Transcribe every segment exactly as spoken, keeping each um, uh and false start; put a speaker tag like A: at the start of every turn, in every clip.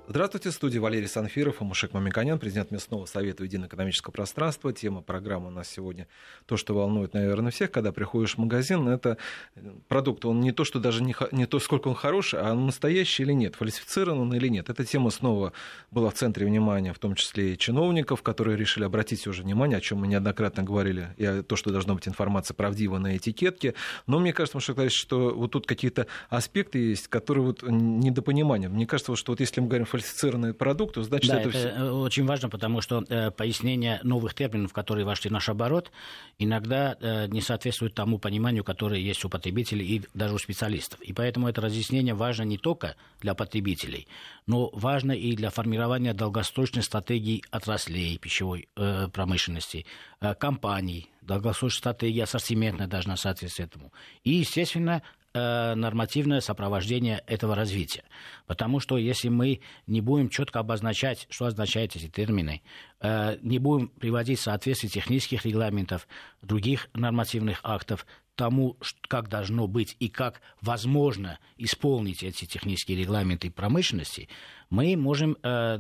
A: Здравствуйте, в студии Валерий Санфиров и Мушек Мамиканян, президент Местного совета Единое экономическое пространство. Тема программы у нас сегодня то, что волнует, наверное, всех. Когда приходишь в магазин, это продукт, он не то, что даже не, не то, сколько он хороший, а он настоящий или нет, фальсифицирован он или нет. Эта тема снова была в центре внимания, в том числе и чиновников, которые решили обратить уже внимание, о чем мы неоднократно говорили, и то, что должна быть информация правдива на этикетке. Но мне кажется, Мушек Владимирович, что вот тут какие-то аспекты есть, которые вот недопонимания. Мне кажется, что вот если мы говорим фальсифицированные продукты, значит,
B: да,
A: это,
B: это
A: все...
B: очень важно, потому что э, пояснение новых терминов, которые вошли в наш оборот, иногда э, не соответствует тому пониманию, которое есть у потребителей и даже у специалистов. И поэтому это разъяснение важно не только для потребителей, но важно и для формирования долгосрочной стратегии отраслей пищевой э, промышленности, э, компаний. Долгосрочная стратегия ассортиментная должна соответствовать этому. И, естественно, нормативное сопровождение этого развития. Потому что если мы не будем четко обозначать, что означают эти термины, не будем приводить в соответствие технических регламентов, других нормативных актов, тому, как должно быть и как возможно исполнить эти технические регламенты промышленности, мы можем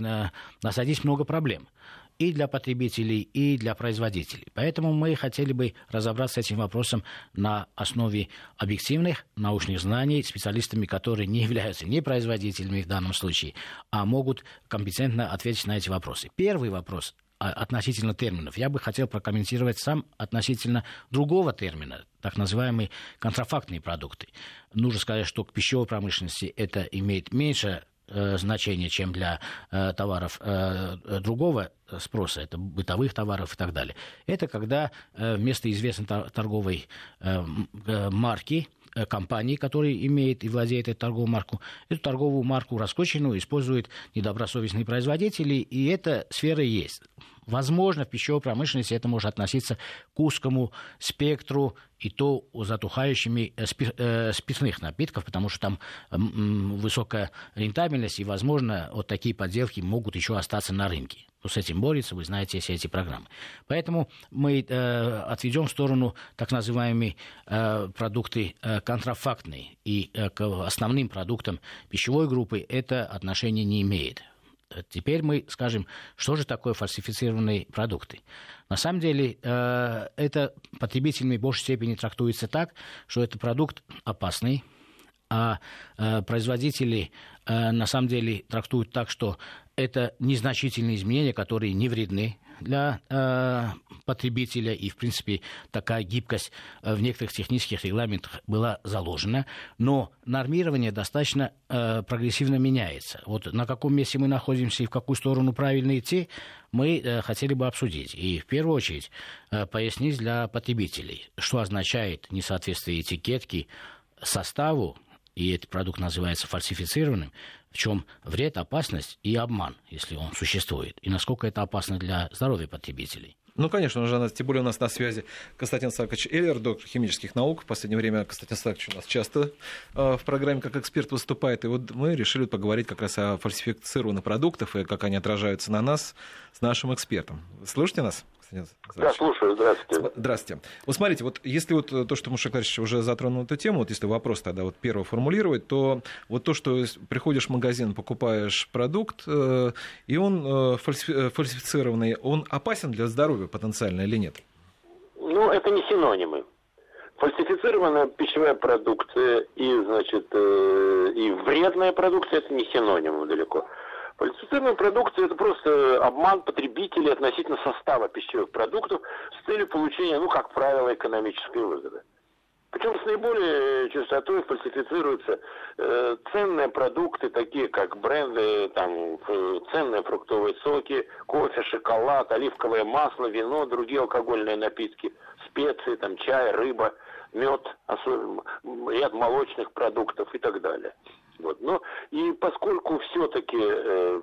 B: насадить много проблем. И для потребителей, и для производителей. Поэтому мы хотели бы разобраться с этим вопросом на основе объективных научных знаний, специалистами, которые не являются не производителями в данном случае, а могут компетентно ответить на эти вопросы. Первый вопрос относительно терминов. Я бы хотел прокомментировать сам относительно другого термина, так называемые контрафактные продукты. Нужно сказать, что к пищевой промышленности это имеет меньше значение, чем для э, товаров э, другого спроса, это бытовых товаров и так далее. Это когда э, вместо известной торговой э, марки, э, компании, которая имеет и владеет этой торговой маркой, эту торговую марку раскрученную используют недобросовестные производители, и эта сфера есть. Возможно, в пищевой промышленности это может относиться к узкому спектру и то затухающими спиртных напитков, потому что там высокая рентабельность, и, возможно, вот такие подделки могут еще остаться на рынке. Но с этим борется, вы знаете, все эти программы. Поэтому мы э, отведем в сторону так называемые э, продукты э, контрафактные, и э, к основным продуктам пищевой группы это отношение не имеет. Теперь мы скажем, что же такое фальсифицированные продукты. На самом деле, э, это потребителями в большей степени трактуется так, что это продукт опасный, а э, производители э, на самом деле трактуют так, что это незначительные изменения, которые не вредны для э, потребителя, и, в принципе, такая гибкость в некоторых технических регламентах была заложена, но нормирование достаточно э, прогрессивно меняется. Вот на каком месте мы находимся и в какую сторону правильно идти, мы э, хотели бы обсудить. И, в первую очередь, э, пояснить для потребителей, что означает несоответствие этикетки составу, и этот продукт называется фальсифицированным, в чем вред, опасность и обман, если он существует, и насколько это опасно для здоровья потребителей.
A: Ну, конечно, уже, тем более у нас на связи Константин Савкович Эллер, доктор химических наук. В последнее время Константин Савкович у нас часто э, в программе как эксперт выступает. И вот мы решили поговорить как раз о фальсифицированных продуктах и как они отражаются на нас с нашим экспертом. Слышите нас?
C: Да, слушаю, здравствуйте.
A: Здравствуйте. Вот смотрите, вот если вот то, что Мушек Владимирович уже затронул эту тему, вот если вопрос тогда вот первый формулировать, то вот то, что приходишь в магазин, покупаешь продукт, э, и он э, фальсифицированный, он опасен для здоровья потенциально или нет?
C: Ну, это не синонимы. Фальсифицированная пищевая продукция и, значит, э, и вредная продукция — это не синонимы далеко. Фальсифицированная продукция — это просто обман потребителей относительно состава пищевых продуктов с целью получения, ну, как правило, экономической выгоды. Причем с наиболее частотой фальсифицируются э, ценные продукты, такие как бренды, там, ценные фруктовые соки, кофе, шоколад, оливковое масло, вино, другие алкогольные напитки, специи, там, чай, рыба, мед, ряд молочных продуктов и так далее. Вот. Но и поскольку все-таки э,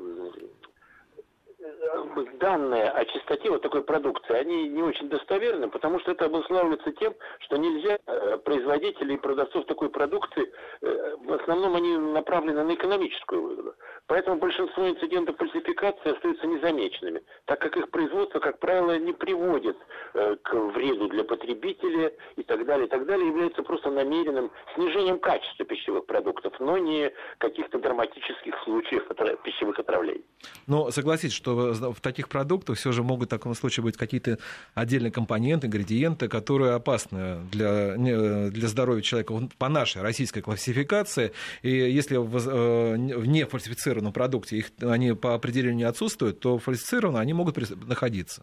C: данные о чистоте вот такой продукции, они не очень достоверны, потому что это обуславливается тем, что нельзя э, производителей и продавцов такой продукции, э, в основном они направлены на экономическую выгоду. Поэтому большинство инцидентов фальсификации остаются незамеченными, так как их производство, как правило, не приводит э, к вреду для потребителя и так далее, и так далее, является просто намеренным снижением качества пищевых продуктов, но не каких-то драматических случаев пищевых отравлений.
A: Но согласитесь, что в таких продуктах все же могут в таком случае быть какие-то отдельные компоненты, ингредиенты, которые опасны для, для здоровья человека по нашей российской классификации. И если в, в нефальсифицированном продукте их, они по определению отсутствуют, то фальсифицированно они могут находиться.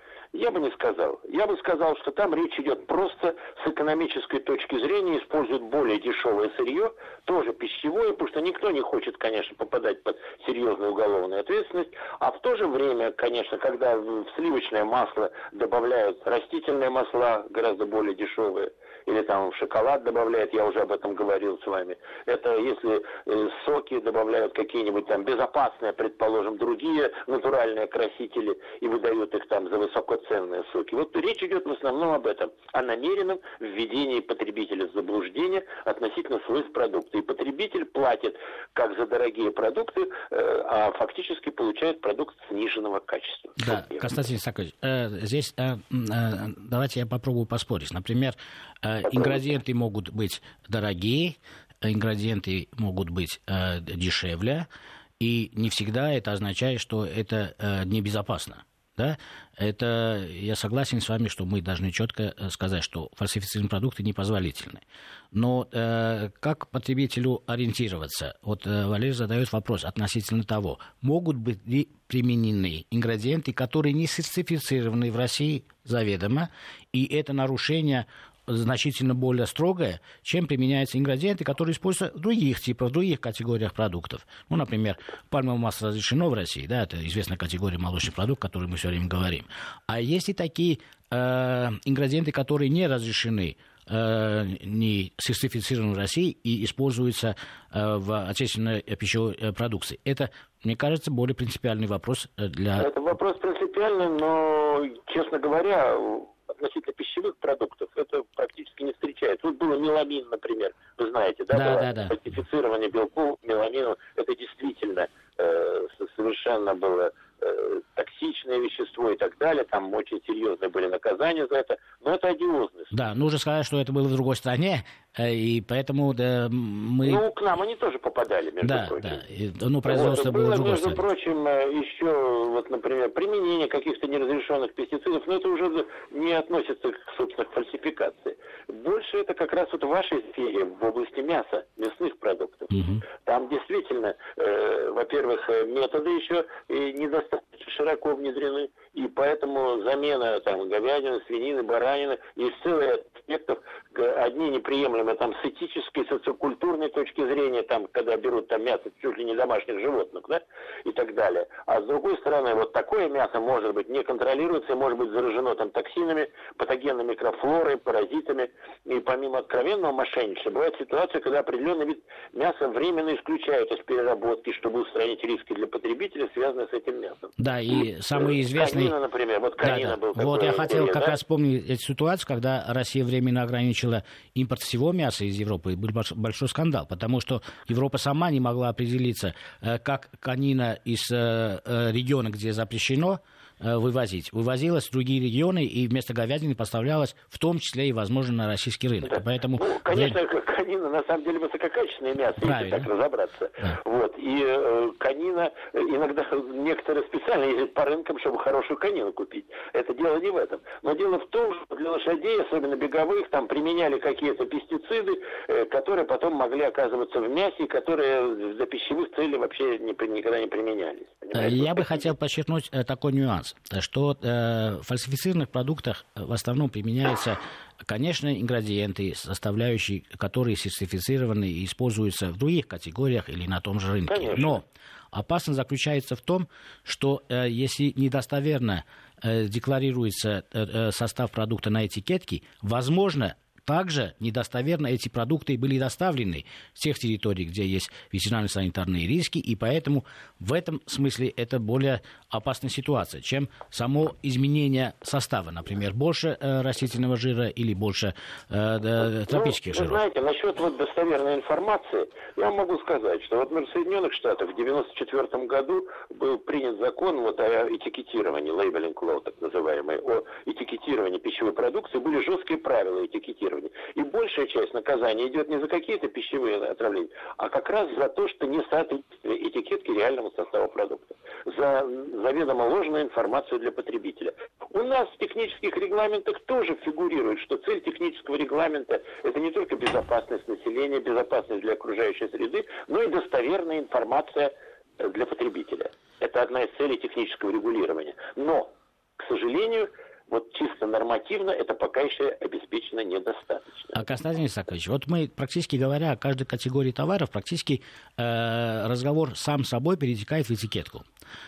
C: Я бы не сказал. Я бы сказал, что там речь идет просто с экономической точки зрения, используют более дешевое сырье, тоже пищевое, потому что никто не хочет, конечно, попадать под серьезную уголовную ответственность, а в то же время, конечно, когда в сливочное масло добавляют растительные масла, гораздо более дешевые, или там в шоколад добавляют, я уже об этом говорил с вами. Это если э, соки добавляют какие-нибудь там безопасные, предположим, другие натуральные красители и выдают их там за высокоценные соки. Вот речь идет в основном об этом, о намеренном введении потребителя в заблуждение относительно свойств продукта. И потребитель платит как за дорогие продукты, э, а фактически получает продукт сниженного качества.
B: Да, Константин Исаакович, э, здесь э, э, давайте я попробую поспорить. Например, э, ингредиенты могут быть дорогие, ингредиенты могут быть э, дешевле, и не всегда это означает, что это э, небезопасно. Да? Это, я согласен с вами, что мы должны четко сказать, что фальсифицированные продукты непозволительны. Но э, как потребителю ориентироваться? Вот э, Валерий задает вопрос относительно того, могут быть ли применены ингредиенты, которые не сертифицированы в России заведомо, и это нарушение значительно более строгое, чем применяются ингредиенты, которые используются в других типах, в других категориях продуктов. Ну, например, пальмовое масло разрешено в России, да, это известная категория молочных продуктов, о которой мы все время говорим. А есть и такие э, ингредиенты, которые не разрешены, э, не сертифицированы в России и используются э, в отечественной пищевой продукции. Это, мне кажется, более принципиальный вопрос для...
C: Это вопрос принципиальный, но, честно говоря, относительно пищевых продуктов это практически не встречается. Тут было меламин, например, вы знаете, да,
B: да,
C: было
B: да, да.
C: фальсифицирование белков, меламину, это действительно э, совершенно было э, токсичное вещество и так далее, там очень серьезные были наказания за это, но это одиозность.
B: Да, нужно сказать, что это было в другой стране, и поэтому да, мы...
C: Ну, к нам они тоже попадали, между
B: да,
C: прочим.
B: Да, и, ну, производство
C: вот,
B: было, было в другой
C: между
B: стране.
C: прочим, еще, вот, например, применение каких-то неразрешенных пестицидов, но это уже не относится, собственно, к фальсификации. Больше это как раз вот в вашей сфере, в области мяса, мясных продуктов. Угу. Там действительно, э, во-первых, методы еще недостаточно широко внедрены, и поэтому замена там говядины, свинины, баранины, есть целый аспектов, одни неприемлемы там с этической, социокультурной точки зрения, там, когда берут там мясо чуть ли не домашних животных, да, и так далее. А с другой стороны, вот такое мясо, может быть, не контролируется, может быть заражено там токсинами, патогенной микрофлорой, паразитами, и помимо откровенного мошенничества, бывает ситуация, когда определенный вид мяса временно исключают из переработки, чтобы устранить риски для потребителя, связанные с этим мясом.
B: Да, и, и самый известный...
C: Канина, например, вот канина
B: да, да.
C: был
B: Вот я хотел
C: серия,
B: как
C: да?
B: раз вспомнить эту ситуацию, когда Россия временно ограничила импорт всего мяса из Европы, и был большой скандал, потому что Европа сама не могла определиться, как канина из региона, где запрещено, вывозить. Вывозилась в другие регионы, и вместо говядины поставлялась в том числе и, возможно, на российский рынок.
C: Да.
B: Поэтому...
C: Ну, конечно, канина на самом деле высококачественное мясо,
B: правильно.
C: Если так разобраться.
B: Да.
C: Вот. И э, канина, иногда некоторые специально ездят по рынкам, чтобы хорошую канину купить. Это дело не в этом. Но дело в том, что для лошадей, особенно беговых, там применяли какие-то пестициды, э, которые потом могли оказываться в мясе, которые для пищевых целей вообще не, никогда не применялись. Понимаете?
B: Я бы хотел подчеркнуть такой нюанс, что э, в фальсифицированных продуктах в основном применяются, конечно, ингредиенты, составляющие, которые сертифицированы и используются в других категориях или на том же рынке.
C: Конечно.
B: Но опасность заключается в том, что э, если недостоверно э, декларируется э, состав продукта на этикетке, возможно, также недостоверно эти продукты были доставлены с тех территорий, где есть ветеринарно-санитарные риски, и поэтому в этом смысле это более опасная ситуация, чем само изменение состава, например, больше э, растительного жира или больше э, тропических
C: ну,
B: жиров.
C: Вы знаете, насчет вот достоверной информации, я могу сказать, что вот в Соединенных Штатах в девяносто четвёртом году был принят закон вот о этикетировании, labeling law, так называемый, о этикетировании пищевой продукции, были жесткие правила этикетирования. И большая часть наказания идет не за какие-то пищевые отравления, а как раз за то, что не соответствует этикетке реальному составу продукта. За заведомо ложную информацию для потребителя. У нас в технических регламентах тоже фигурирует, что цель технического регламента – это не только безопасность населения, безопасность для окружающей среды, но и достоверная информация для потребителя. Это одна из целей технического регулирования. Но, к сожалению, вот чисто нормативно это пока еще обеспечено недостаточно.
B: А, Константин Исакович, вот мы, практически говоря, о каждой категории товаров, практически э, разговор сам собой перетекает в этикетку.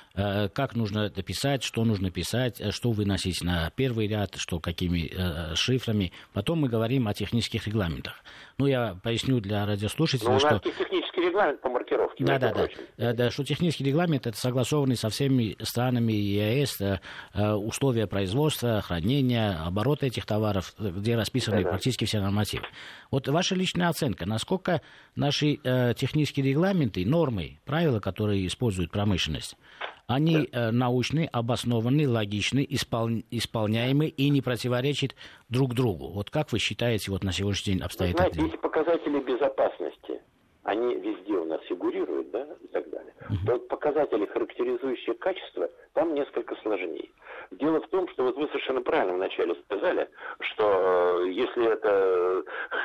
B: Э, как нужно дописать, что нужно писать, что выносить на первый ряд, что какими э, шифрами. Потом мы говорим о технических регламентах. Ну, я поясню для радиослушателей,
C: Но
B: что...
C: у нас есть технический регламент по маркировке.
B: Да, да, да.
C: Э,
B: да. Что технический регламент — это согласованный со всеми странами ЕАЭС э, условия производства, хранения, оборота этих товаров, где расписаны да, практически все нормативы. Вот ваша личная оценка, насколько наши э, технические регламенты, нормы, правила, которые использует промышленность, они э, научны, обоснованы, логичны, испол... исполняемы и не противоречат друг другу. Вот как вы считаете, вот на сегодняшний день обстоит это?
C: Знаете, эти показатели безопасности, они везде у нас фигурируют, да, и так далее. Uh-huh. Но вот показатели, характеризующие качество, там несколько сложнее. Дело в том, что вот вы совершенно правильно вначале сказали, что э, если это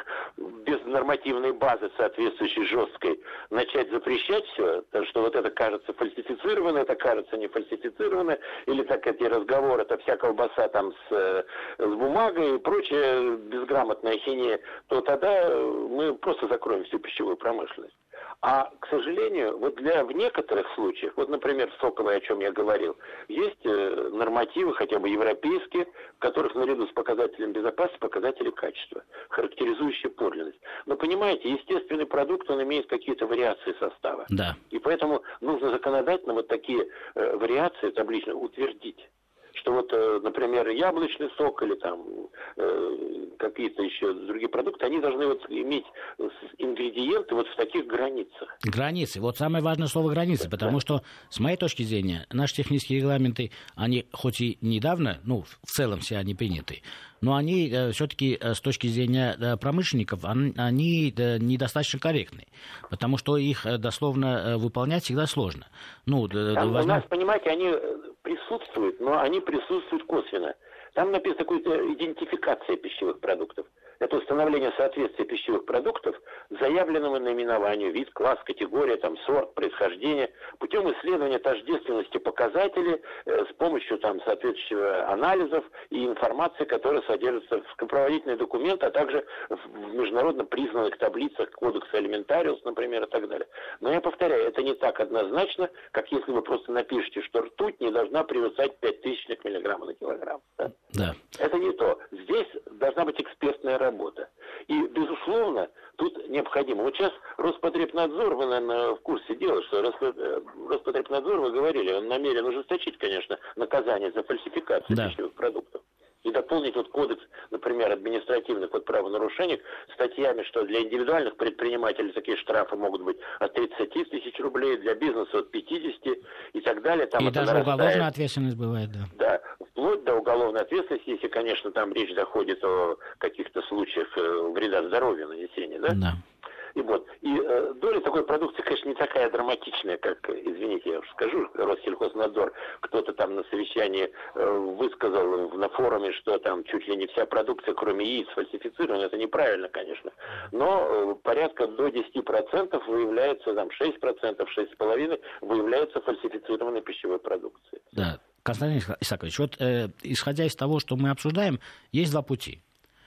C: без нормативной базы, соответствующей жесткой, начать запрещать все, то что вот это кажется фальсифицированно, это кажется не фальсифицированно, или так эти разговоры, это вся колбаса там с, с бумагой и прочее безграмотная ахинея, то тогда мы просто закроем всю пищевую промышленность. А, к сожалению, вот для в некоторых случаях, вот, например, в соковой, о чем я говорил, есть э, нормативы, хотя бы европейские, в которых наряду с показателем безопасности показатели качества, характеризующие подлинность. Но, понимаете, естественный продукт, он имеет какие-то вариации состава.
B: Да.
C: И поэтому нужно законодательно вот такие э, вариации таблично утвердить. Что вот, например, яблочный сок или там э, какие-то еще другие продукты, они должны вот иметь ингредиенты вот в таких границах.
B: Границы. Вот самое важное слово границы, потому что, с моей точки зрения, наши технические регламенты, они хоть и недавно, ну, в целом все они приняты, но они э, все-таки э, с точки зрения э, промышленников, они, они э, недостаточно корректны, потому что их э, дословно э, выполнять всегда сложно. Ну, э,
C: Там,
B: возьмем...
C: У нас, понимаете, они присутствуют, но они присутствуют косвенно. Там написано какая-то идентификация пищевых продуктов. Это установление соответствия пищевых продуктов заявленному наименованию, вид, класс, категория, там, сорт, происхождение, путем исследования тождественности показателей э, с помощью там, соответствующих анализов и информации, которая содержится в сопроводительных документах, а также в международно признанных таблицах Кодекса Алиментариус, например, и так далее. Но я повторяю, это не так однозначно, как если вы просто напишете, что ртуть не должна превышать пять тысячных миллиграмма на килограмм. Да?
B: Да.
C: Это не то. Здесь должна быть экспертная работа. И, безусловно, тут необходимо. Вот сейчас Роспотребнадзор, вы, наверное, в курсе дела, что Роспотребнадзор, вы говорили, он намерен ужесточить, конечно, наказание за фальсификацию да. пищевых продуктов. И дополнить вот кодекс, например, административных вот правонарушений статьями, что для индивидуальных предпринимателей такие штрафы могут быть от тридцати тысяч рублей, для бизнеса от пятидесяти и так далее. Там
B: и даже нарастает... уголовная ответственность бывает, да.
C: Да, вплоть до уголовной ответственности, если, конечно, там речь доходит о каких-то случаях вреда здоровью нанесения, да? Да. И вот. И э, доля такой продукции, конечно, не такая драматичная, как, извините, я уж скажу, Россельхознадзор, кто-то там на совещании э, высказал на форуме, что там чуть ли не вся продукция, кроме яиц, фальсифицирована. Это неправильно, конечно. Но э, порядка до десяти процентов выявляется, там шесть процентов, шесть с половиной выявляется фальсифицированной пищевой продукции.
B: Да. Константин Исакович, вот э, исходя из того, что мы обсуждаем, есть два пути.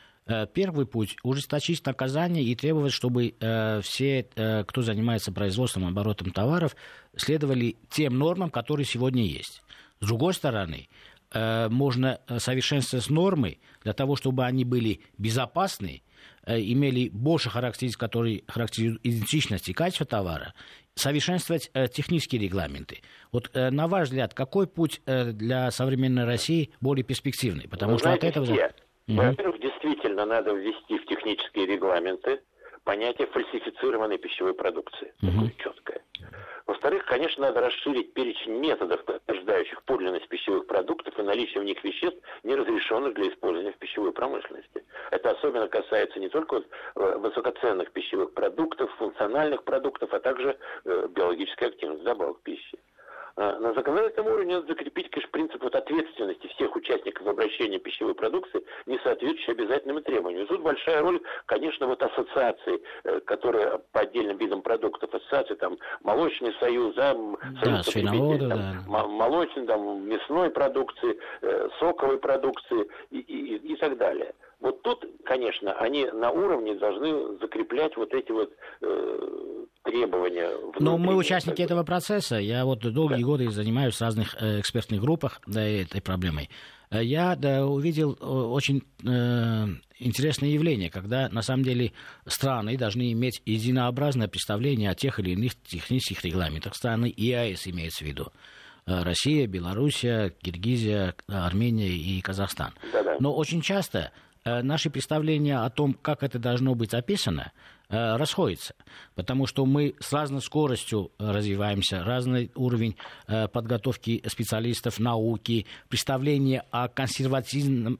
B: Первый путь – ужесточить наказание и требовать, чтобы э, все, э, кто занимается производством, оборотом товаров, следовали тем нормам, которые сегодня есть. С другой стороны, э, можно совершенствовать нормы для того, чтобы они были безопасны, э, имели больше характеристик, которые характеризуют идентичность и качество товара, совершенствовать э, технические регламенты. Вот э, на ваш взгляд, какой путь э, для современной России более перспективный? Потому
C: Вы
B: что
C: знаете,
B: от этого...
C: все.
B: Угу.
C: Во-первых, действительно надо ввести в технические регламенты понятие фальсифицированной пищевой продукции.
B: Угу.
C: Такое четкое. Во-вторых, конечно, надо расширить перечень методов, подтверждающих подлинность пищевых продуктов и наличие в них веществ, не разрешенных для использования в пищевой промышленности. Это особенно касается не только вот высокоценных пищевых продуктов, функциональных продуктов, а также э, биологически активных добавок пищи. На законодательном уровне надо закрепить, конечно, принцип вот ответственности всех участников обращения пищевой продукции, не соответствующей обязательным требованиям. И тут большая роль, конечно, вот ассоциаций, которые по отдельным видам продуктов, ассоциации, там, молочный союз, да,
B: да,
C: союз потребителей, там,
B: да.
C: молочной, там, мясной продукции, соковой продукции и, и, и так далее. Вот тут, конечно, они на уровне должны закреплять вот эти вот э, требования.
B: Но мы участники этого процесса. Я вот долгие да. годы занимаюсь в разных э, экспертных группах да, этой проблемой. Я да, увидел очень э, интересное явление, когда на самом деле страны должны иметь единообразное представление о тех или иных технических регламентах. Страны ЕАЭС имеется в виду. Россия, Белоруссия, Киргизия, Армения и Казахстан. Да-да. Но очень часто наши представления о том, как это должно быть описано, расходятся, потому что мы с разной скоростью развиваемся, разный уровень подготовки специалистов, науки, представление о консервативном,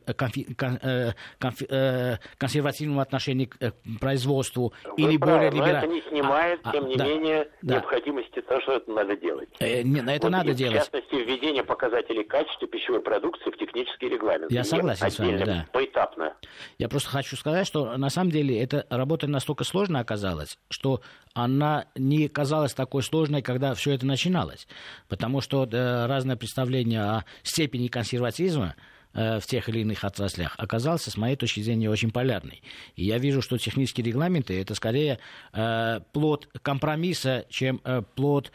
B: консервативном отношении к производству.
C: Вы
B: или
C: правы,
B: более либеральном.
C: Это не снимает,
B: а,
C: тем
B: а,
C: не
B: да,
C: менее,
B: да.
C: необходимости того, что это надо делать.
B: Э, не, это
C: вот
B: надо
C: и,
B: делать.
C: В частности, введение показателей качества пищевой продукции в технический регламент.
B: Я согласен с вами, да.
C: Поэтапно.
B: Я просто хочу сказать, что на самом деле эта работа настолько сложная оказалась, что она не казалась такой сложной, когда все это начиналось. Потому что э, разное представление о степени консерватизма э, в тех или иных отраслях оказался, с моей точки зрения, очень полярный. И я вижу, что технические регламенты — это скорее э, плод компромисса, чем э, плод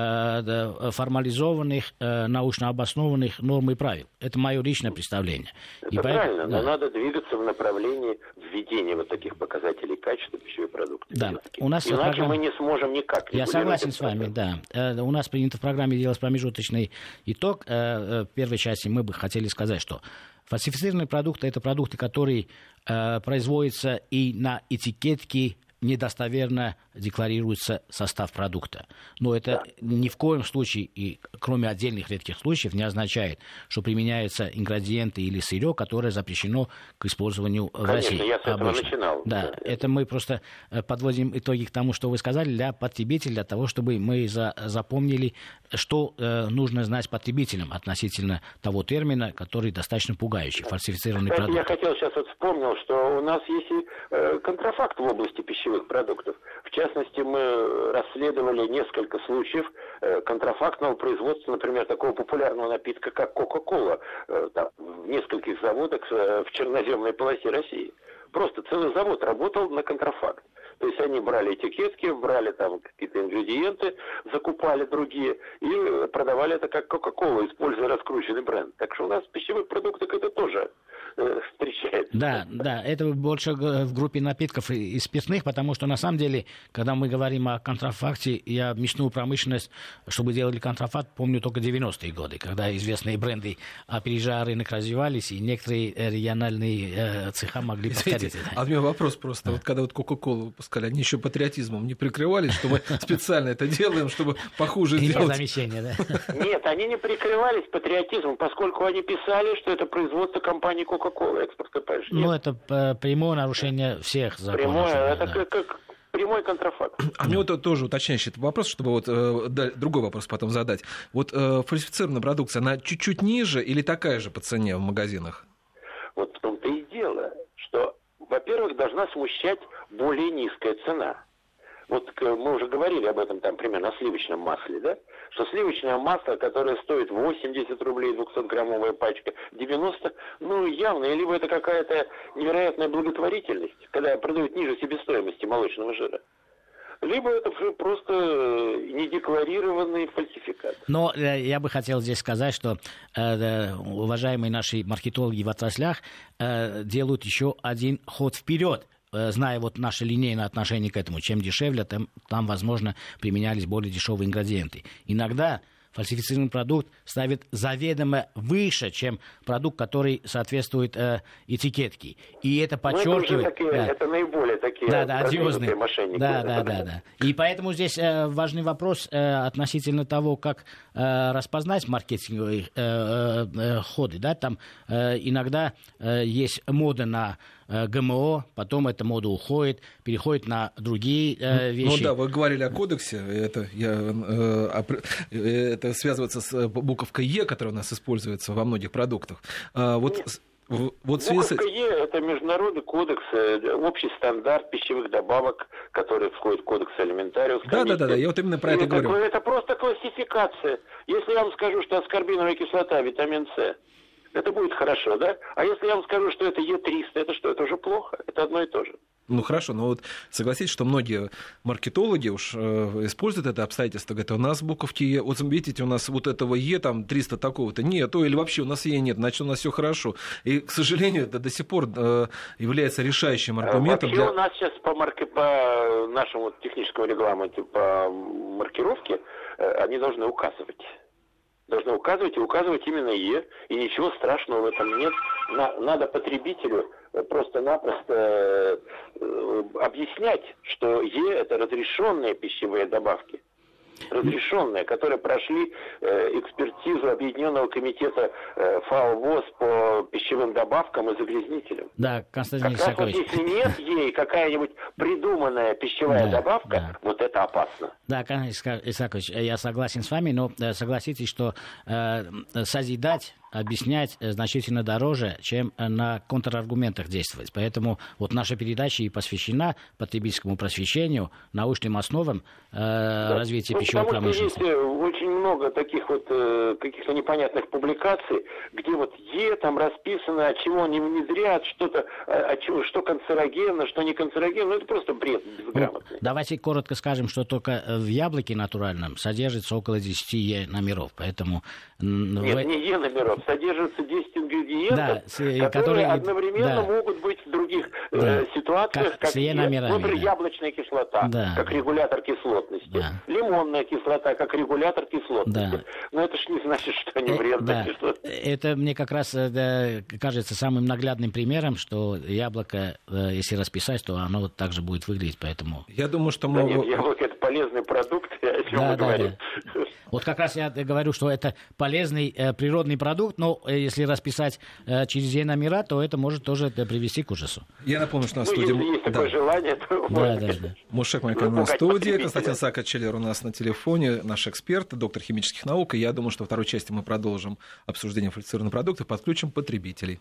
B: э, формализованных, э, научно обоснованных норм и правил. Это мое личное представление.
C: Это
B: и
C: правильно,
B: поэтому, да.
C: но надо двигаться в направлении введения вот таких показателей качества пищевой продукции.
B: Да. У нас
C: Иначе
B: программа...
C: мы не сможем никак.
B: Я согласен с вами, да. У нас принято в программе делать промежуточный итог. В первой части мы бы хотели сказать, что фальсифицированные продукты — это продукты, которые производятся и на этикетке недостоверно декларируется состав продукта. Но это да. ни в коем случае, и кроме отдельных редких случаев, не означает, что применяются ингредиенты или сырье, которое запрещено к использованию в
C: Конечно,
B: России.
C: я с этого
B: обычно.
C: начинал.
B: Да, да, это мы просто подводим итоги к тому, что вы сказали, для потребителей, для того, чтобы мы за, запомнили, что э, нужно знать потребителям относительно того термина, который достаточно пугающий, фальсифицированный
C: Кстати,
B: продукт.
C: Я хотел сейчас вот вспомнил, что у нас есть и э, контрафакт в области пищевых продуктов. В частности, мы расследовали несколько случаев э, контрафактного производства, например, такого популярного напитка, как Кока-Кола, э, там, в нескольких заводах э, в черноземной полосе России. Просто целый завод работал на контрафакт. То есть они брали этикетки, брали там какие-то ингредиенты, закупали другие и продавали это как Кока-Колу, используя раскрученный бренд. Так что у нас в пищевых продуктах это тоже э, встречается.
B: Да, да, это больше в группе напитков и, и спиртных, потому что на самом деле, когда мы говорим о контрафакте, я мясную промышленность, чтобы делали контрафакт, помню только девяностые годы, когда известные бренды, опережая рынок, развивались, и некоторые региональные э, цеха могли повторить.
A: А у меня вопрос просто. Вот когда вот Кока-Колу выпускали, они еще патриотизмом не прикрывались, что мы специально это делаем, чтобы похуже сделать?
B: Замещение, да?
C: Нет, они не прикрывались патриотизмом, поскольку они писали, что это производство компании Coca-Cola, экспортная пальша.
B: Ну, это прямое нарушение всех законов.
C: Прямое, это
B: да.
C: как, как прямой контрафакт.
A: А мне вот тоже уточняющий вопрос, чтобы вот э, да, другой вопрос потом задать. Вот э, фальсифицированная продукция, она чуть-чуть ниже или такая же по цене в магазинах?
C: Вот в том-то и дело, что, во-первых, должна смущать более низкая цена. Вот мы уже говорили об этом, там, примерно, о сливочном масле, да? Что сливочное масло, которое стоит восемьдесят рублей, двухсотграммовая пачка, девяносто, ну, явно, либо это какая-то невероятная благотворительность, когда продают ниже себестоимости молочного жира. либо это уже просто недекларированный фальсификат.
B: Но э, я бы хотел здесь сказать, что э, уважаемые наши маркетологи в отраслях э, делают еще один ход вперед, э, зная вот наше линейное отношение к этому. Чем дешевле, там, там, возможно, применялись более дешевые ингредиенты. Иногда фальсифицированный продукт ставит заведомо выше, чем продукт, который соответствует э, этикетке. И это подчеркивает...
C: Это, такие,
B: да.
C: это наиболее такие
B: да, да, одиозные
C: мошенники.
B: Да, да, да, да. И поэтому здесь э, важный вопрос э, относительно того, как э, распознать маркетинговые э, э, ходы. Да? Там э, иногда э, есть мода на ГМО, потом эта мода уходит, переходит на другие э, вещи.
A: Ну да, вы говорили о кодексе, это, я, э, это связывается с буковкой Е, которая у нас используется во многих продуктах. А, вот, в, вот
C: буковка с... Е – это международный кодекс, общий стандарт пищевых добавок, который входит в кодекс алиментариус.
A: Да, да, да, да, я вот именно про
C: И
A: это
C: такое,
A: говорю.
C: Это просто классификация. Если я вам скажу, что аскорбиновая кислота, витамин С, это будет хорошо, да? А если я вам скажу, что это Е триста, это что? Это уже плохо? Это одно и то же.
A: Ну хорошо, но вот согласитесь, что многие маркетологи уж э, используют это обстоятельство, говорят, у нас буковки Е, вот видите, у нас вот этого Е, там триста такого-то нету, или вообще у нас Е нет, значит у нас все хорошо. И, к сожалению, это до сих пор э, является решающим аргументом.
C: Вообще
A: для...
C: у нас сейчас по, марки... по нашему техническому регламенту по маркировке э, они должны указывать. Должны указывать и указывать именно Е, и ничего страшного в этом нет. На, надо потребителю просто-напросто э, объяснять, что Е – это разрешенные пищевые добавки. Разрешенные, которые прошли э, экспертизу Объединенного комитета э, ФАО ВОЗ по пищевым добавкам и загрязнителям.
B: Да, Константин
C: как
B: Исакович.
C: Раз вот если нет ей какая-нибудь придуманная пищевая
B: да,
C: добавка,
B: да.
C: вот это опасно.
B: Да, Константин Исакович, я согласен с вами, но согласитесь, что э, созидать, объяснять значительно дороже, чем на контраргументах действовать. Поэтому вот наша передача и посвящена потребительскому просвещению, научным основам э, да. развития
C: ну,
B: пищевой
C: потому
B: промышленности.
C: Что есть очень много таких вот э, каких-то непонятных публикаций, где вот Е там расписано, от чего они внедрят, что-то, от чего, что канцерогенно, что не канцерогенно. Ну, это просто бред безграмотный.
B: Ну, давайте коротко скажем, что только в яблоке натуральном содержится около десяти Е номеров. Поэтому...
C: Нет,
B: в...
C: не Е номеров. Содержится десять ингредиентов,
B: да,
C: которые, которые одновременно да. могут быть в других да. э, ситуациях, как, как Е. Например, да. яблочная кислота, да. как регулятор кислотности. Да. Лимонная кислота, как регулятор кислотности. Да. Но это ж не значит, что они вредные.
B: Да. Это мне как раз да, кажется самым наглядным примером, что яблоко, если расписать, то оно вот так же будет выглядеть. Поэтому...
A: Я думаю, что мы...
C: Да нет, яблоко – это полезный продукт, о чем
B: да,
C: мы
B: да,
C: говорим.
B: Да. Вот как раз я говорю, что это полезный э, природный продукт, но э, если расписать э, через Е номера, то это может тоже э, привести к ужасу.
A: Я напомню, что на
C: ну,
A: студии...
C: Если есть да. такое желание, то...
B: Да, да, да.
A: Мушек Мамиканян на студии, Константин Саакашвили у нас на телефоне, наш эксперт, доктор химических наук. И я думаю, что во второй части мы продолжим обсуждение фальсифицированных продуктов, подключим потребителей.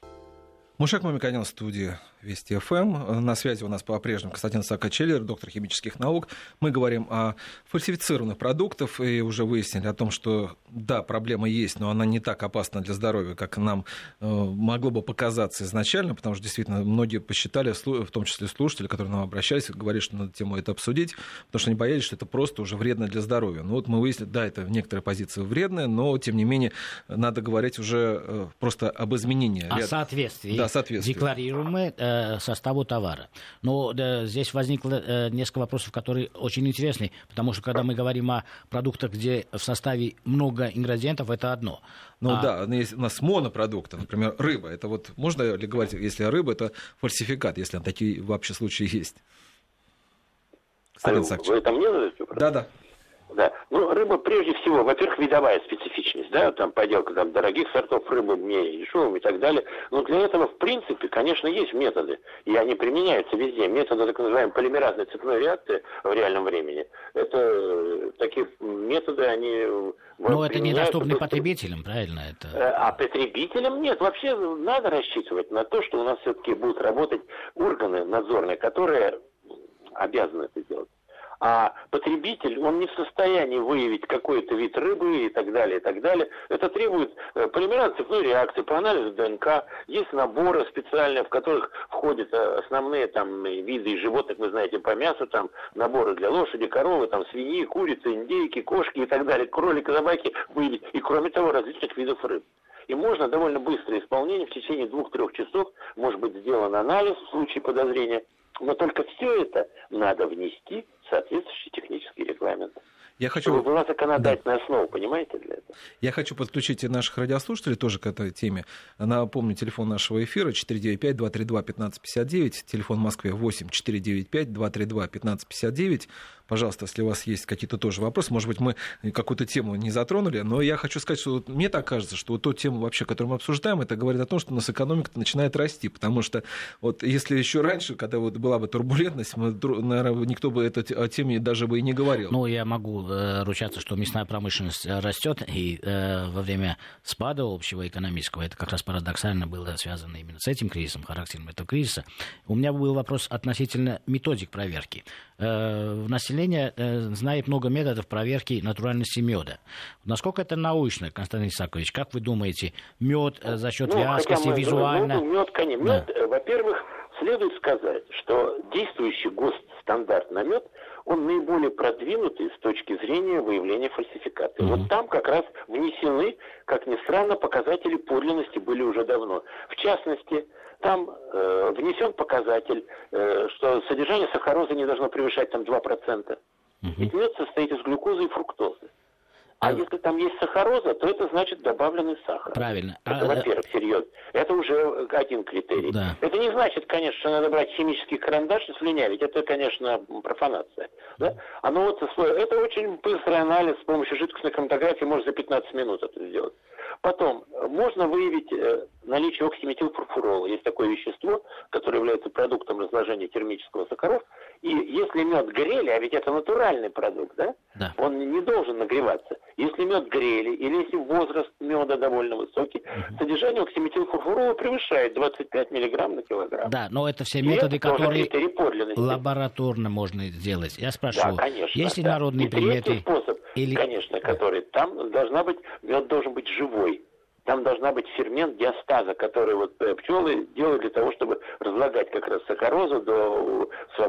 A: Мушек Мамиканян в студии Вести ФМ. На связи у нас по-прежнему Константин Саакашвили, доктор химических наук. Мы говорим о фальсифицированных продуктах и уже выяснили о том, что да, проблема есть, но она не так опасна для здоровья, как нам э, могло бы показаться изначально, потому что действительно многие посчитали, в том числе слушатели, которые нам обращались, говорили, что надо тему это обсудить, потому что они боялись, что это просто уже вредно для здоровья. Ну вот мы выяснили, да, это некоторые позиции вредные, но тем не менее надо говорить уже э, просто об изменении.
B: О соответствии.
A: Да, соответствие.
B: Декларируемые э, составу товара. Но да, здесь возникло э, несколько вопросов, которые очень интересны, потому что когда мы говорим о продуктах, где в составе много ингредиентов, это одно.
A: Ну
B: а...
A: да, есть у нас монопродукты, например, рыба. Это вот можно ли говорить, если рыба, это фальсификат, если такие вообще случаи есть?
C: А вы это мне задаете?
A: Да, да.
C: Да. Ну, рыба, прежде всего, во-первых, видовая специфичность, да, там поделка там, дорогих сортов рыбы, менее дешевым и так далее. Но для этого, в принципе, конечно, есть методы, и они применяются везде. Методы, так называемой полимеразной цепной реакции в реальном времени, это такие методы, они...
B: Но это недоступны потребителям, правильно? Это...
C: А потребителям нет. Вообще надо рассчитывать на то, что у нас все-таки будут работать органы надзорные, которые обязаны это делать. А потребитель, он не в состоянии выявить какой-то вид рыбы и так далее, и так далее. Это требует полимеразной цепной реакции по анализу ДНК. Есть наборы специальные, в которых входят основные там виды животных, вы знаете, по мясу, там наборы для лошади, коровы, там свиньи, курицы, индейки, кошки и так далее, кролики, собаки выявить. И кроме того, различных видов рыб. И можно довольно быстрое исполнение, в течение двух-трех часов может быть сделан анализ в случае подозрения. Но только все это надо внести в соответствующий технический регламент.
A: Я хочу...
C: Чтобы была законодательная
A: да.
C: основа, понимаете, для этого.
A: Я хочу подключить наших радиослушателей тоже к этой теме. Напомню, телефон нашего эфира четыре девять пять два три два пятнадцать пятьдесят девять, телефон в Москве восемь четыре девять пять два три два пятнадцать пятьдесят девять. Пожалуйста, если у вас есть какие-то тоже вопросы, может быть, мы какую-то тему не затронули, но я хочу сказать, что вот мне так кажется, что вот ту тему вообще, которую мы обсуждаем, это говорит о том, что у нас экономика начинает расти, потому что вот если еще раньше, когда вот была бы турбулентность, мы, наверное, никто бы этой теме даже бы и не говорил.
B: Ну, я могу э, ручаться, что мясная промышленность растет, и э, во время спада общего экономического, это как раз парадоксально было связано именно с этим кризисом, характером этого кризиса. У меня был вопрос относительно методик проверки. Э, в населении знает много методов проверки натуральности меда. Насколько это научно, Константин Исаакович? Как вы думаете, мед за счет ну, вязкости, мы, визуально?
C: Ну, мед, конечно. Да. Мед, во-первых, следует сказать, что действующий ГОСТ-стандарт на мед, он наиболее продвинутый с точки зрения выявления фальсификации. Mm-hmm. Вот там как раз внесены, как ни странно, показатели подлинности были уже давно. В частности, там э, внесен показатель, э, что содержание сахарозы не должно превышать там два процента. Uh-huh. Ведь мед состоит из глюкозы и фруктозы. А, а если там есть сахароза, то это значит добавленный сахар.
B: Правильно.
C: Это,
B: а,
C: во-первых, серьезно. Это уже один критерий.
B: Да. Это
C: не значит, конечно, что надо брать химический карандаш и слюнявить. Это, конечно, профанация. Да? Оно вот, это очень быстрый анализ с помощью жидкостной хроматографии, можно за пятнадцать минут это сделать. Потом, можно выявить э, наличие оксиметилфурфурола. Есть такое вещество, которое является продуктом разложения термического сахаров. И если мед грели, а ведь это натуральный продукт, да?
B: Да. Он
C: не должен нагреваться. Если мед грели, или если возраст меда довольно высокий, угу. содержание оксиметилфурфурола превышает двадцать пять миллиграмм на килограмм.
B: Да, но это все методы,
C: это
B: которые лабораторно можно сделать. Я спрашиваю,
C: да, конечно,
B: есть ли
C: да.
B: народные
C: И
B: приметы?
C: третий способ, или... конечно, который там должна быть, мед должен быть живой. Там должна быть фермент диастаза, который вот пчелы делают для того, чтобы разлагать как раз сахарозу до,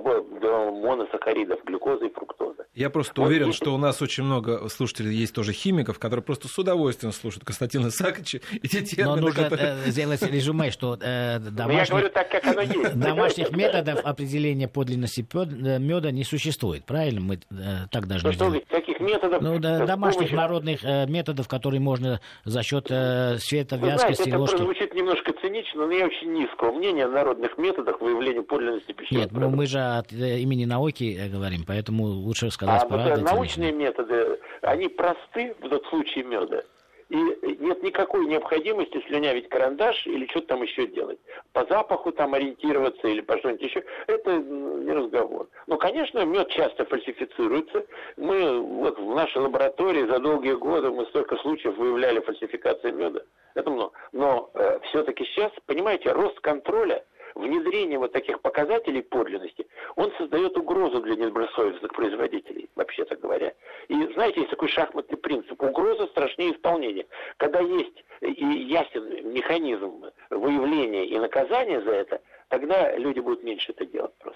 C: до моносахаридов, глюкозы и фруктозы.
A: Я просто вот уверен, здесь... что у нас очень много слушателей есть тоже химиков, которые просто с удовольствием слушают Константина Исааковича и те термины,
B: Но нужно
A: которые...
B: сделать резюме, что э, домашних...
C: Я говорю так, как оно есть.
B: Домашних методов определения подлинности меда не существует, правильно? Мы э, так должны
C: что,
B: делать.
C: Что, таких методов...
B: Ну, да, домашних помощью... народных э, методов, которые можно за счет... Э, света,
C: Вы
B: вязкости,
C: знаете,
B: ложки.
C: Это звучит немножко цинично, но я очень низкого мнения о народных методах выявления подлинности пищевых
B: Нет, ну мы же от имени науки говорим, поэтому лучше сказать
C: а
B: правду.
C: Вот, научные методы, они просты в этом случае меда. И нет никакой необходимости слюнявить карандаш или что-то там еще делать. По запаху там ориентироваться или по что-нибудь еще. Это не разговор. Но, конечно, мед часто фальсифицируется. Мы вот в нашей лаборатории за долгие годы мы столько случаев выявляли фальсификации меда. Это много. Но э, все-таки сейчас, понимаете, рост контроля, внедрение вот таких показателей подлинности, он создает угрозу для недобросовестных производителей, вообще-то говоря. И знаете, есть такой шахматный принцип. Угроза страшнее исполнения. Когда есть и ясен механизм выявления и наказания за это, тогда люди будут меньше это делать просто.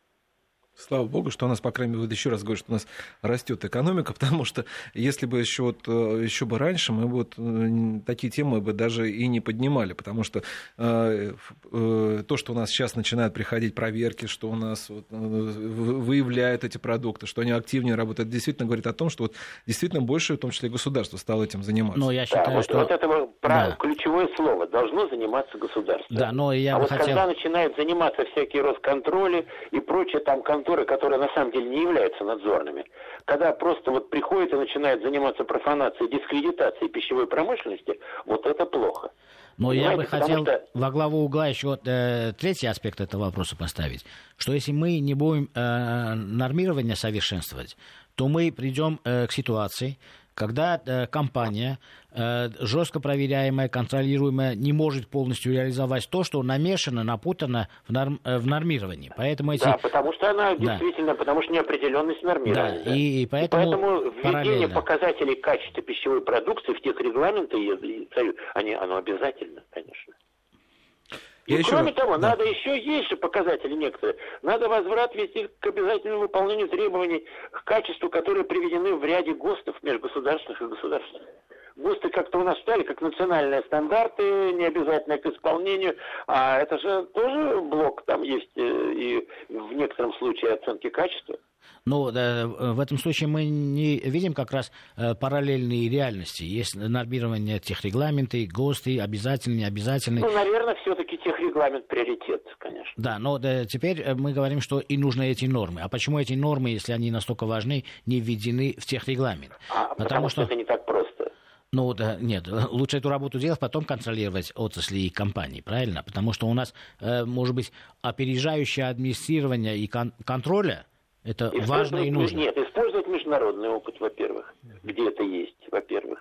A: Слава богу, что у нас, по крайней мере, еще раз говорю, что у нас растет экономика, потому что если бы еще, вот, еще бы раньше, мы бы вот такие темы бы даже и не поднимали, потому что э, э, то, что у нас сейчас начинают приходить проверки, что у нас вот, выявляют эти продукты, что они активнее работают, действительно говорит о том, что вот, действительно больше, в том числе, государство стало этим заниматься.
B: Но я считаю,
C: да, вот,
B: что...
C: вот это да. ключевое слово. Должно заниматься государство.
B: Да, но я
C: а
B: бы
C: вот
B: хотел...
C: когда начинают заниматься всякие Росконтроли и прочее, там конторы, которые на самом деле не являются надзорными, когда просто вот приходят и начинают заниматься профанацией, дискредитацией пищевой промышленности, вот это плохо.
B: Но
C: Понимаете,
B: я бы хотел
C: что...
B: во главу угла еще э, третий аспект этого вопроса поставить, что если мы не будем э, нормирование совершенствовать, то мы придем э, к ситуации, когда э, компания, э, жестко проверяемая, контролируемая, не может полностью реализовать то, что намешано, напутано в, норм, э, в нормировании. Поэтому эти...
C: Да, потому что она
B: да.
C: действительно, потому что неопределенность нормирования.
B: Да, и, и поэтому,
C: и поэтому введение
B: параллельно.
C: показателей качества пищевой продукции в тех регламентах, они, оно обязательно, конечно. И,
A: Я
C: кроме
A: еще...
C: того,
A: да.
C: надо еще есть же показатели некоторые. Надо возврат вести к обязательному выполнению требований к качеству, которые приведены в ряде ГОСТов, межгосударственных и государственных. ГОСТы как-то у нас стали как национальные стандарты, не обязательно к исполнению, а это же тоже блок, там есть и в некотором случае оценки качества.
B: Ну, да, в этом случае мы не видим как раз э, параллельные реальности. Есть нормирование техрегламенты, ГОСТы, обязательные, необязательные.
C: Ну, наверное, все-таки техрегламент приоритет, конечно.
B: Да, но да, теперь мы говорим, что и нужны эти нормы. А почему эти нормы, если они настолько важны, не введены в техрегламент?
C: А, потому, потому что это не так просто.
B: Ну, да, нет, лучше эту работу делать, потом контролировать отрасли и компании, правильно? Потому что у нас, э, может быть, опережающее администрирование и кон- контроля, это важно и нужно.
C: Нет, использовать международный опыт, во-первых, где это есть, во-первых.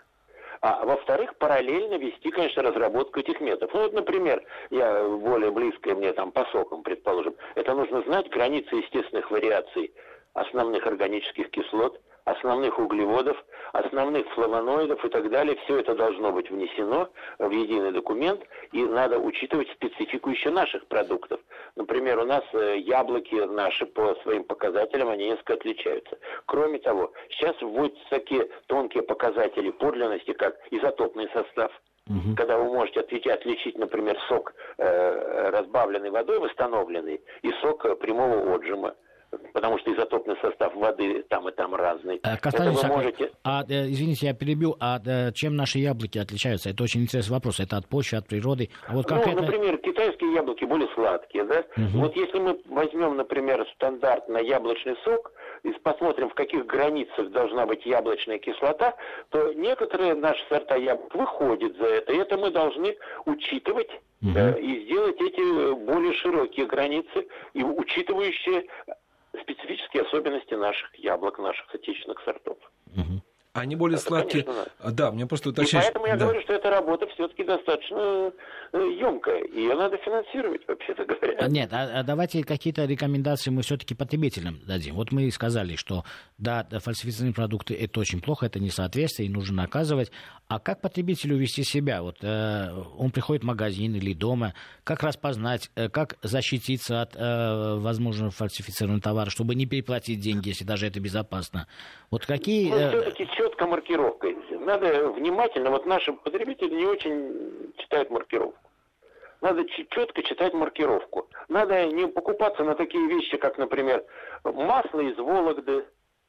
C: А во-вторых, параллельно вести, конечно, разработку этих методов. Ну, вот, например, я более близкое мне там по сокам, предположим, это нужно знать границы естественных вариаций основных органических кислот, основных углеводов, основных флавоноидов и так далее. Все это должно быть внесено в единый документ, и надо учитывать специфику еще наших продуктов. Например, у нас яблоки наши по своим показателям, они несколько отличаются. Кроме того, сейчас вводятся такие тонкие показатели подлинности, как изотопный состав. Угу. Когда вы можете отвечать, отличить, например, сок э, разбавленный водой, восстановленный, и сок э, прямого отжима. Потому что изотопный состав воды там и там разный.
B: Константин Исаакович, можете... а, извините, я перебью, а чем наши яблоки отличаются? Это очень интересный вопрос. Это от почвы, от природы. А вот конкретно...
C: Ну, например, китайские яблоки более сладкие, да? Угу. Вот если мы возьмем, например, стандартный яблочный сок и посмотрим, в каких границах должна быть яблочная кислота, то некоторые наши сорта яблок выходят за это. И это мы должны учитывать угу. э, и сделать эти более широкие границы, и учитывающие специфические особенности наших яблок, наших отечественных сортов.
A: Угу. Они более это, сладкие. Конечно, да, мне просто уточнять.
C: И поэтому я
A: да.
C: говорю, что эта работа все-таки достаточно емкая. Ее надо финансировать, вообще-то говоря.
B: Нет, а, а давайте какие-то рекомендации мы все-таки потребителям дадим. Вот мы сказали, что да, фальсифицированные продукты это очень плохо, это несоответствие, и нужно наказывать. А как потребителю вести себя? Вот э, он приходит в магазин или дома, как распознать, э, как защититься от э, возможного фальсифицированного товара, чтобы не переплатить деньги, если даже это безопасно. Вот какие...
C: Ну, все-таки четко маркировка. Надо внимательно, вот наши потребители не очень читают маркировку. Надо четко читать маркировку. Надо не покупаться на такие вещи, как, например, масло из Вологды,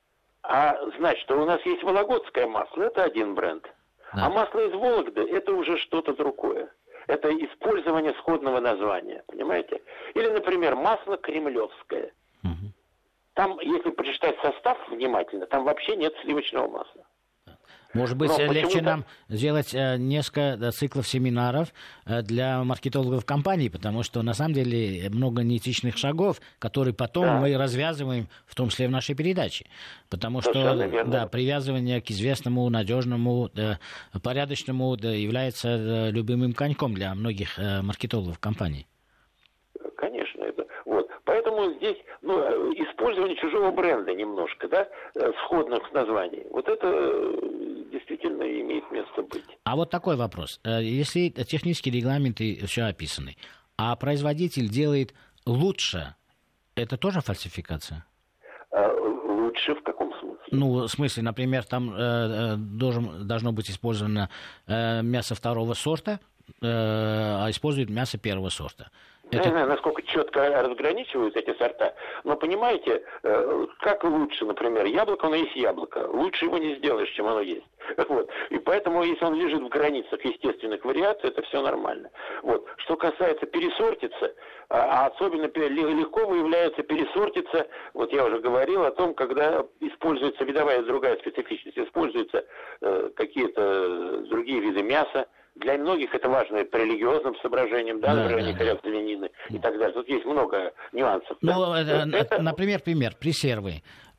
C: а знать, что у нас есть вологодское масло, это один бренд. Да. А масло из Вологды это уже что-то другое. Это использование сходного названия, понимаете? Или, например, масло кремлевское. Угу. Там, если прочитать состав внимательно, там вообще нет сливочного масла.
B: Может быть, Но легче нам сделать э, несколько циклов семинаров э, для маркетологов компаний, потому что на самом деле много неэтичных шагов, которые потом да. мы развязываем, в том числе в нашей передаче. Потому Совершенно что да, привязывание к известному, надежному, э, порядочному да, является э, любимым коньком для многих э, маркетологов компаний.
C: Конечно, это вот. Поэтому здесь ну, использование чужого бренда немножко, да, сходных названий. Вот это действительно имеет место быть.
B: А вот такой вопрос. Если технические регламенты все описаны, а производитель делает лучше, это тоже фальсификация?
C: Лучше в каком смысле?
B: Ну, в смысле, например, там э, должен, должно быть использовано э, мясо второго сорта, э, а используют мясо первого сорта.
C: Это... Я не знаю, насколько четко разграничивают эти сорта, но понимаете, как лучше, например, яблоко, оно есть яблоко, лучше его не сделаешь, чем оно есть. Вот. И поэтому, если он лежит в границах естественных вариаций, это все нормально. Вот. Что касается пересортицы, а особенно легко выявляется пересортица, вот я уже говорил о том, когда используется видовая другая специфичность, используются э, какие-то другие виды мяса. Для многих это важно по религиозным соображениям, да,
B: да,
C: например,
B: да,
C: да. свинины и так далее. Тут есть много нюансов.
B: Ну,
C: да.
B: это,
C: это...
B: Например, пример, пресервы.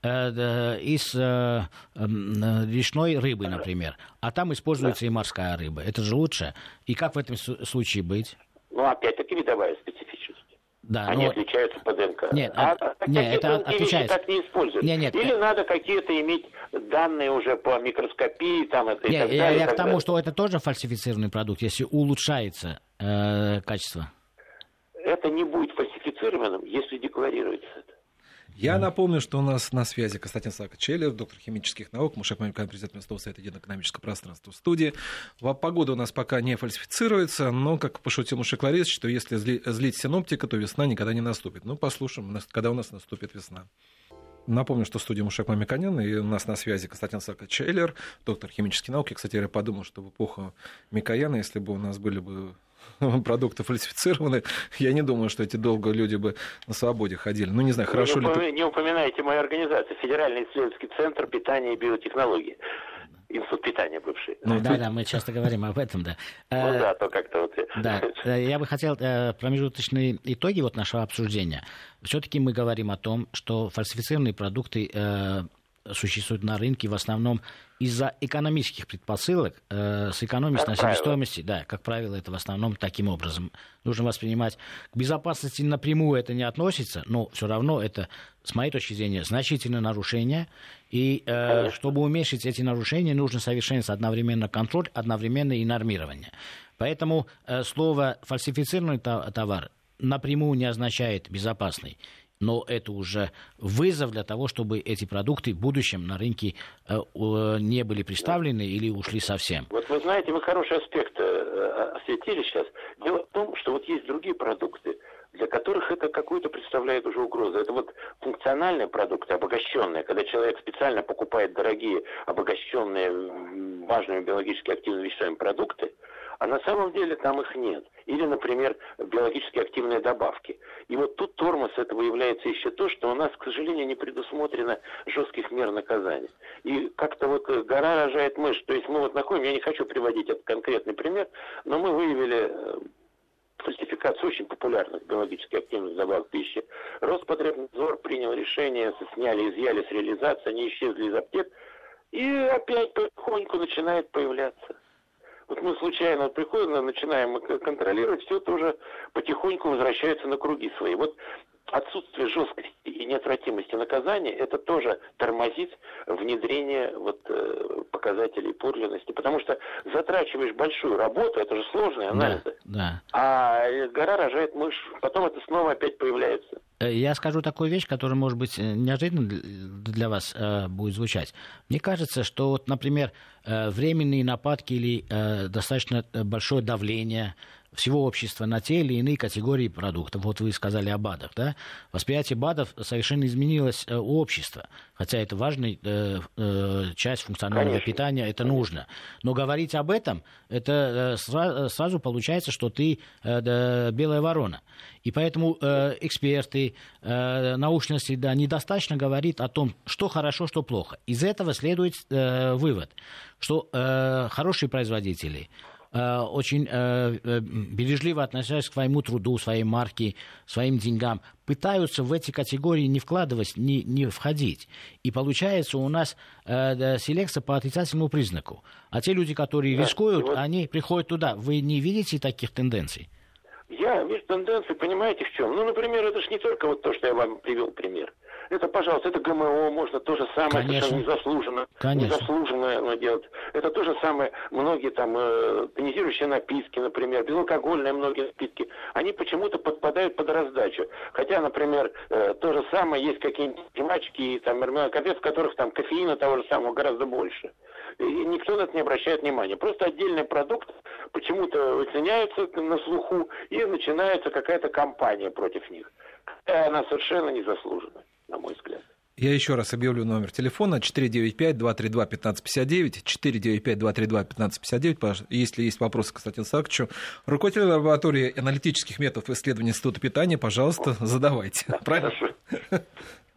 B: э, из э, э, речной рыбы, например, а там используется да. и морская рыба. Это же лучше. И как в этом случае быть?
C: Ну, опять-таки, видовая специфичность.
B: Да,
C: Они
B: но...
C: отличаются по ДНК.
B: Нет,
C: а,
B: а, нет это отличается.
C: Так не используют.
B: Нет, нет,
C: Или
B: э...
C: надо какие-то иметь данные уже по микроскопии, там это
B: нет,
C: и так
B: я,
C: далее.
B: Я к тому,
C: далее.
B: что это тоже фальсифицированный продукт, если улучшается э, качество.
C: Это не будет фальсифицированным, если декларируется это.
A: Я напомню, что у нас на связи Константин Сааков-Челлер, доктор химических наук, Мушек Мамиканян, президент Местного совета единоэкономического пространства в студии. Погода у нас пока не фальсифицируется, но, как пошутил Мушек Ларисович, что если злить синоптика, то весна никогда не наступит. Ну, послушаем, когда у нас наступит весна. Напомню, что в студии Мушек Мамиканян, и у нас на связи Константин Сааков-Челлер, доктор химических наук. Я, кстати, я подумал, что в эпоху Микояна, если бы у нас были бы продукты фальсифицированы, я не думаю, что эти долго люди бы на свободе ходили. Ну, не знаю, хорошо
C: не
A: ли...
C: Упомя... Не упоминайте мою организацию, Федеральный исследовательский центр питания и биотехнологий. Институт питания бывший.
B: Ну, да, да, мы часто говорим об этом, да.
C: Ну да, то как-то вот...
B: Да, я бы хотел промежуточные итоги вот нашего обсуждения. Все-таки мы говорим о том, что фальсифицированные продукты существуют на рынке в основном из-за экономических предпосылок, э, сэкономить на себестоимости, да, как правило, это в основном таким образом. Нужно воспринимать. К безопасности напрямую это не относится, но все равно это, с моей точки зрения, значительное нарушение. И э, чтобы уменьшить эти нарушения, нужно совершенствовать одновременно контроль, одновременно и нормирование. Поэтому э, слово «фальсифицированный товар» напрямую не означает «безопасный». Но это уже вызов для того, чтобы эти продукты в будущем на рынке э, не были представлены или ушли совсем.
C: Вот вы знаете, вы хороший аспект э, осветили сейчас. Дело в том, что вот есть другие продукты, для которых это какую-то представляет уже угрозу. Это вот функциональные продукты, обогащенные, когда человек специально покупает дорогие, обогащенные важными биологически активными веществами продукты, а на самом деле там их нет. Или, например, биологически активные добавки. И вот тут тормоз этого является еще то, что у нас, к сожалению, не предусмотрено жестких мер наказания. И как-то вот гора рожает мышь. То есть мы вот находим, я не хочу приводить этот конкретный пример, но мы выявили фальсификацию очень популярных биологически активных добавок пищи. Роспотребнадзор принял решение, сняли, изъяли с реализации, они исчезли из аптек, и опять потихоньку начинает появляться. Вот мы случайно приходим, начинаем контролировать, все это уже потихоньку возвращается на круги свои. Вот отсутствие жесткости и неотвратимости наказания, это тоже тормозит внедрение вот, показателей подлинности. Потому что затрачиваешь большую работу, это же сложный анализ.
B: Да, да.
C: А гора рожает мышь, потом это снова опять появляется.
B: Я скажу такую вещь, которая, может быть, неожиданно для вас э, будет звучать. Мне кажется, что, вот, например, э, временные нападки или э, достаточно большое давление всего общества на те или иные категории продуктов. Вот вы сказали о БАДах, да? Восприятие БАДов совершенно изменилось э, у общества. Хотя это важная э, э, часть функционального Конечно. питания, это нужно. Но говорить об этом, это э, сра- сразу получается, что ты э, да, белая ворона. И поэтому э, эксперты, э, научная среда недостаточно говорит о том, что хорошо, что плохо. Из этого следует э, вывод, что э, хорошие производители, очень э, бережливо относясь к своему труду, своей марке, своим деньгам, пытаются в эти категории не вкладывать, не, не входить. И получается у нас э, селекция по отрицательному признаку. А те люди, которые да, рискуют, вот... они приходят туда. Вы не видите таких тенденций?
C: Я вижу тенденции, понимаете, в чем? Ну, например, это же не только вот то, что я вам привел пример. Это, пожалуйста, это ГМО, можно то же самое, совершенно незаслуженно, незаслуженно делать. Это то же самое, многие там э, тонизирующие напитки, например, безалкогольные многие напитки, они почему-то подпадают под раздачу. Хотя, например, э, то же самое, есть какие-нибудь жвачки, там, конфет, в которых там кофеина того же самого гораздо больше. И никто на это не обращает внимания. Просто отдельный продукт почему-то выценяется на слуху, и начинается какая-то кампания против них. Она совершенно незаслуженная, на мой взгляд.
A: Я еще раз объявлю номер телефона четыре девять пять два три два пятнадцать пятьдесят девять, четыре девять пять два три два пятнадцать пятьдесят девять. Если есть вопросы к Константину Сааковичу, руководитель лаборатории аналитических методов исследований Института питания, пожалуйста, задавайте.
C: Да,
A: правильно?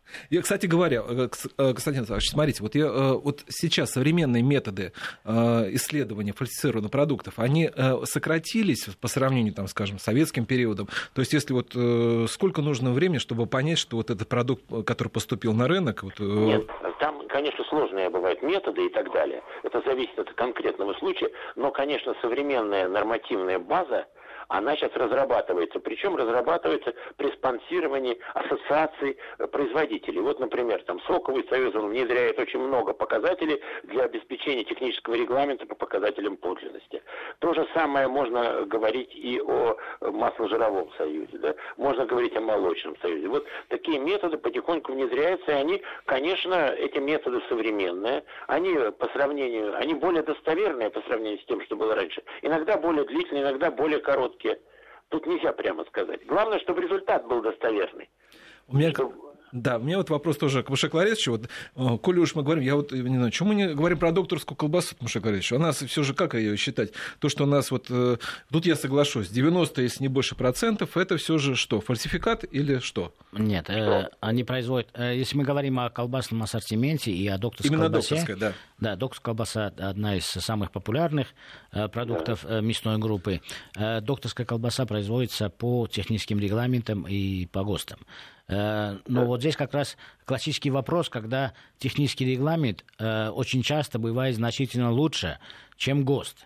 A: Я, кстати говоря, Константин Александрович, смотрите, вот, я, вот сейчас современные методы исследования фальсифицированных продуктов, они сократились по сравнению, там, скажем, с советским периодом. То есть, если вот сколько нужно времени, чтобы понять, что вот этот продукт, который поступил на рынок... Вот...
C: Нет, там, конечно, сложные бывают методы и так далее. Это зависит от конкретного случая, но, конечно, современная нормативная база, она сейчас разрабатывается, причем разрабатывается при спонсировании ассоциаций производителей. Вот, например, там Соковый союз, он внедряет очень много показателей для обеспечения технического регламента по показателям подлинности. То же самое можно говорить и о масложировом союзе, да? Можно говорить о молочном союзе. Вот такие методы потихоньку внедряются, и они, конечно, эти методы современные, они по сравнению, они более достоверные по сравнению с тем, что было раньше. Иногда более длительные, иногда более короткие. Тут нельзя прямо сказать. Главное, чтобы результат был достоверный.
A: У меня...
C: Чтобы...
A: Да, у меня вот вопрос тоже к Мушеку Ларисовичу. Вот, коли уж мы говорим, я вот не знаю, почему мы не говорим про докторскую колбасу, Мушек Ларисович? У нас все же, как ее считать? То, что у нас вот, тут я соглашусь, девяносто, если не больше процентов, это все же что, фальсификат или что?
B: Нет, э, они производят, э, если мы говорим о колбасном ассортименте и о докторской
A: Именно
B: колбасе.
A: Докторская, да.
B: Да, докторская колбаса одна из самых популярных э, продуктов э, мясной группы. Э, докторская колбаса производится по техническим регламентам и по ГОСТам. Но вот здесь как раз классический вопрос, когда технический регламент э, очень часто бывает значительно лучше, чем ГОСТ.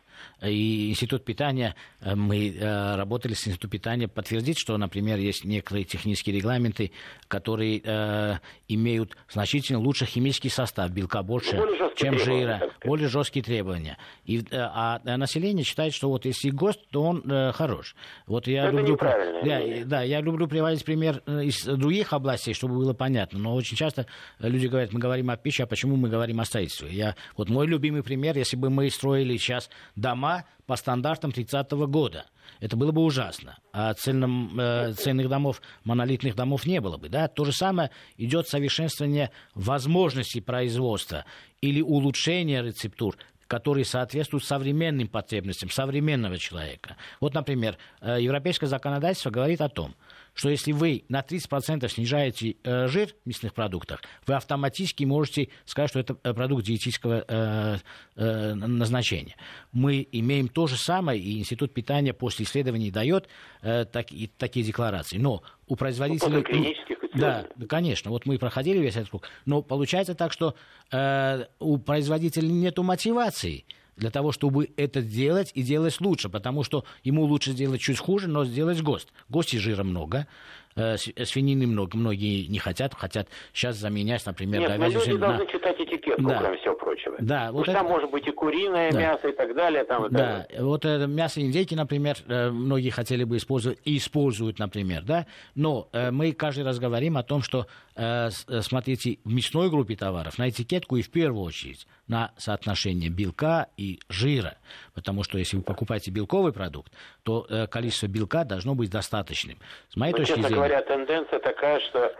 B: И Институт питания, мы работали с Институтом питания, подтвердить, что, например, есть некоторые технические регламенты, которые э, имеют значительно лучше химический состав белка больше, чем жира, более жесткие требования. И, а население считает, что вот если ГОСТ, то он э, хорош. Вот я
C: Это
B: люблю,
C: да,
B: да, я люблю приводить пример из других областей, чтобы было понятно. Но очень часто люди говорят, мы говорим о пище, а почему мы говорим о строительстве? Я, вот мой любимый пример, если бы мы строили сейчас дома по стандартам тридцатого года. Это было бы ужасно. А цельном, э, цельных домов, монолитных домов не было бы. Да? То же самое идет совершенствование возможностей производства или улучшение рецептур, которые соответствуют современным потребностям современного человека. Вот, например, европейское законодательство говорит о том, что если вы на тридцать процентов снижаете э, жир в мясных продуктах, вы автоматически можете сказать, что это продукт диетического э, э, назначения. Мы имеем то же самое, и Институт питания после исследований дает э, так, и, такие декларации. Но у производителей...
C: Ну,
B: да, конечно, вот мы проходили весь этот круг. Но получается так, что э, у производителей нет мотивации для того, чтобы это делать и делать лучше, потому что ему лучше сделать чуть хуже, но сделать ГОСТ. ГОСТ и жира много, э, свинины много, многие не хотят, хотят сейчас заменять, например,
C: Нет,
B: говядину.
C: Нет, люди
B: на...
C: должны читать этикетку,
B: да.
C: кроме всего прочего.
B: Да,
C: вот
B: вот
C: там
B: это...
C: может быть и куриное
B: да.
C: мясо и так далее. Там, и
B: да,
C: так
B: вот э, мясо индейки, например, э, многие хотели бы использовать и используют, например, да, но э, мы каждый раз говорим о том, что, э, смотрите, в мясной группе товаров на этикетку и в первую очередь на соотношение белка и жира, потому что если вы покупаете белковый продукт, то э, количество белка должно быть достаточным. С моей
C: Но,
B: точки
C: честно
B: зрения...
C: говоря, тенденция такая, что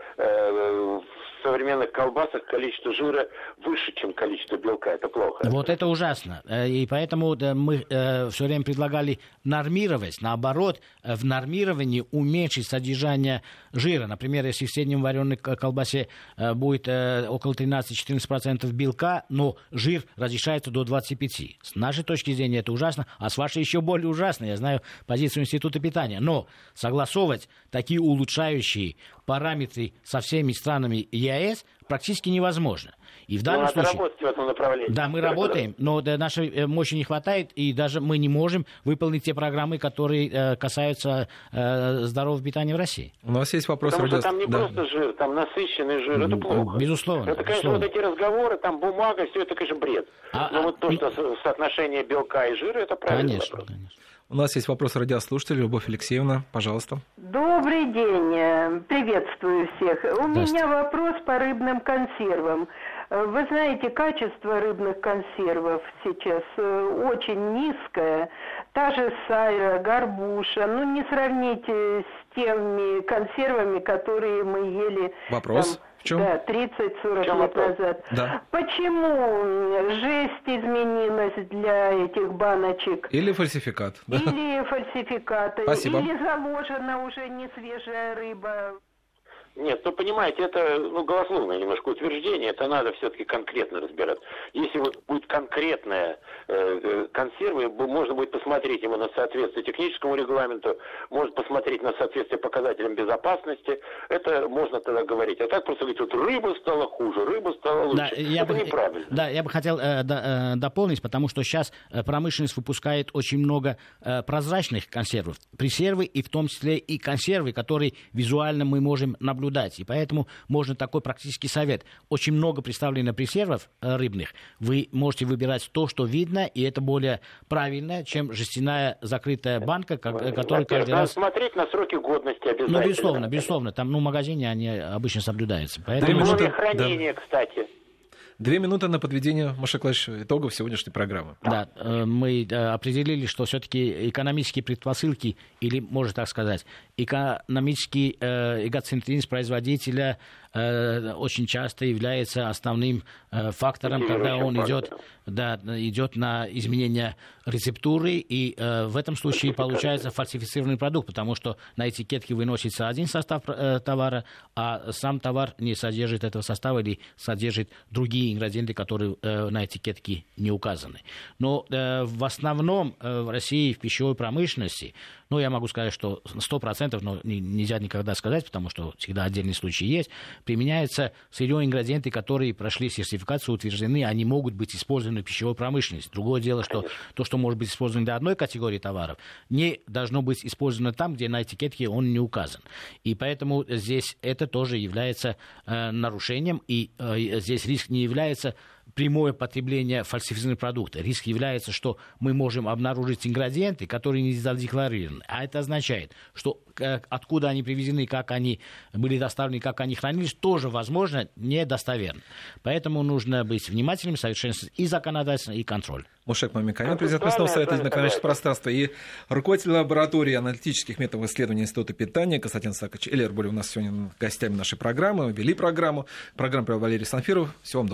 C: э, в современных колбасах количество жира выше, чем количество белка. Это плохо.
B: Вот это ужасно. И поэтому мы все время предлагали нормировать, наоборот, в нормировании уменьшить содержание жира. Например, если в среднем вареной колбасе будет около тринадцать-четырнадцать процентов белка, но жир разрешается до двадцати пяти процентов. С нашей точки зрения это ужасно, а с вашей еще более ужасно. Я знаю позицию Института питания. Но согласовывать такие улучшающие параметры со всеми странами ЕАЭС практически невозможно. И в данном
C: ну,
B: случае...
C: работать в этом направлении.
B: Да, мы работаем, но да, нашей мощи не хватает, и даже мы не можем выполнить те программы, которые э, касаются э, здорового питания в России.
A: У нас есть вопрос...
C: Потому
A: радио...
C: что там не
A: да.
C: просто жир, там насыщенный жир, это плохо.
B: Безусловно.
C: Это, конечно,
B: безусловно.
C: вот эти разговоры, там бумага, все это, конечно, бред.
B: А,
C: но
B: а,
C: вот то,
B: и...
C: что соотношение белка и жира, это правильный
B: конечно,
C: вопрос.
B: конечно.
A: У нас есть вопрос радиослушателя. Любовь Алексеевна, пожалуйста.
D: Добрый день. Приветствую всех. У меня вопрос по рыбным консервам. Вы знаете, качество рыбных консервов сейчас очень низкое. Та же сайра, горбуша. Ну, не сравните с теми консервами, которые мы ели...
A: Вопрос?
D: Там,
A: в чем?
D: Да, тридцать-сорок лет вопрос? назад.
A: Да.
D: Почему жесть изменилась для этих баночек?
A: Или фальсификат. Да?
D: Или фальсификат.
A: Спасибо.
D: Или заложена уже не свежая рыба.
C: Нет, ну понимаете, это ну, голословное немножко утверждение, это надо все-таки конкретно разбирать. Если вот будет конкретная э, консервы, можно будет посмотреть ему на соответствие техническому регламенту, можно посмотреть на соответствие показателям безопасности, это можно тогда говорить. А так просто говорить, вот рыба стала хуже, рыба стала лучше.
B: Да, я
C: это
B: бы,
C: неправильно.
B: Да, я бы хотел э, до, э, дополнить, потому что сейчас промышленность выпускает очень много э, прозрачных консервов, пресервы и в том числе и консервы, которые визуально мы можем наблюдать. И поэтому можно такой практический совет. Очень много представлено пресервов э, рыбных. Вы можете выбирать то, что видно, и это более правильно, чем жестяная закрытая банка, как, которая каждый
C: Надо
B: раз...
C: смотреть на сроки годности обязательно.
B: Ну, безусловно, безусловно. Там, ну, в магазине они обычно соблюдаются. Поэтому...
C: Условия хранения, да. Кстати.
A: Две минуты на подведение, Маша Клач, итогов сегодняшней программы.
B: Да, мы определили, что все-таки экономические предпосылки, или, можно так сказать, экономический эгоцентризм производителя очень часто является основным фактором, когда он идет, да, идет на изменение рецептуры, и в этом случае получается фальсифицированный продукт, потому что на этикетке выносится один состав товара, а сам товар не содержит этого состава или содержит другие ингредиенты, которые на этикетке не указаны. Но в основном в России в пищевой промышленности, ну, я могу сказать, что сто процентов, но нельзя никогда сказать, потому что всегда отдельные случаи есть, применяются сырье ингредиенты, которые прошли сертификацию, утверждены, они могут быть использованы в пищевой промышленности. Другое дело, что то, что может быть использовано для одной категории товаров, не должно быть использовано там, где на этикетке он не указан. И поэтому здесь это тоже является э, нарушением, и э, здесь риск не является прямое потребление фальсифицированного продукта. Риск является, что мы можем обнаружить ингредиенты, которые не задекларированы. А это означает, что как, откуда они привезены, как они были доставлены, как они хранились, тоже, возможно, недостоверно. Поэтому нужно быть внимательным, совершенствовать и законодательство, и контроль.
A: Мушек Мамиканян, президент Местного совета экономического пространства, и руководитель лаборатории аналитических методов исследования Института питания Константин Сакович Эллер были у нас сегодня гостями нашей программы, вели программу. Программу провел Валерий Санфиров. Всего вам доброго.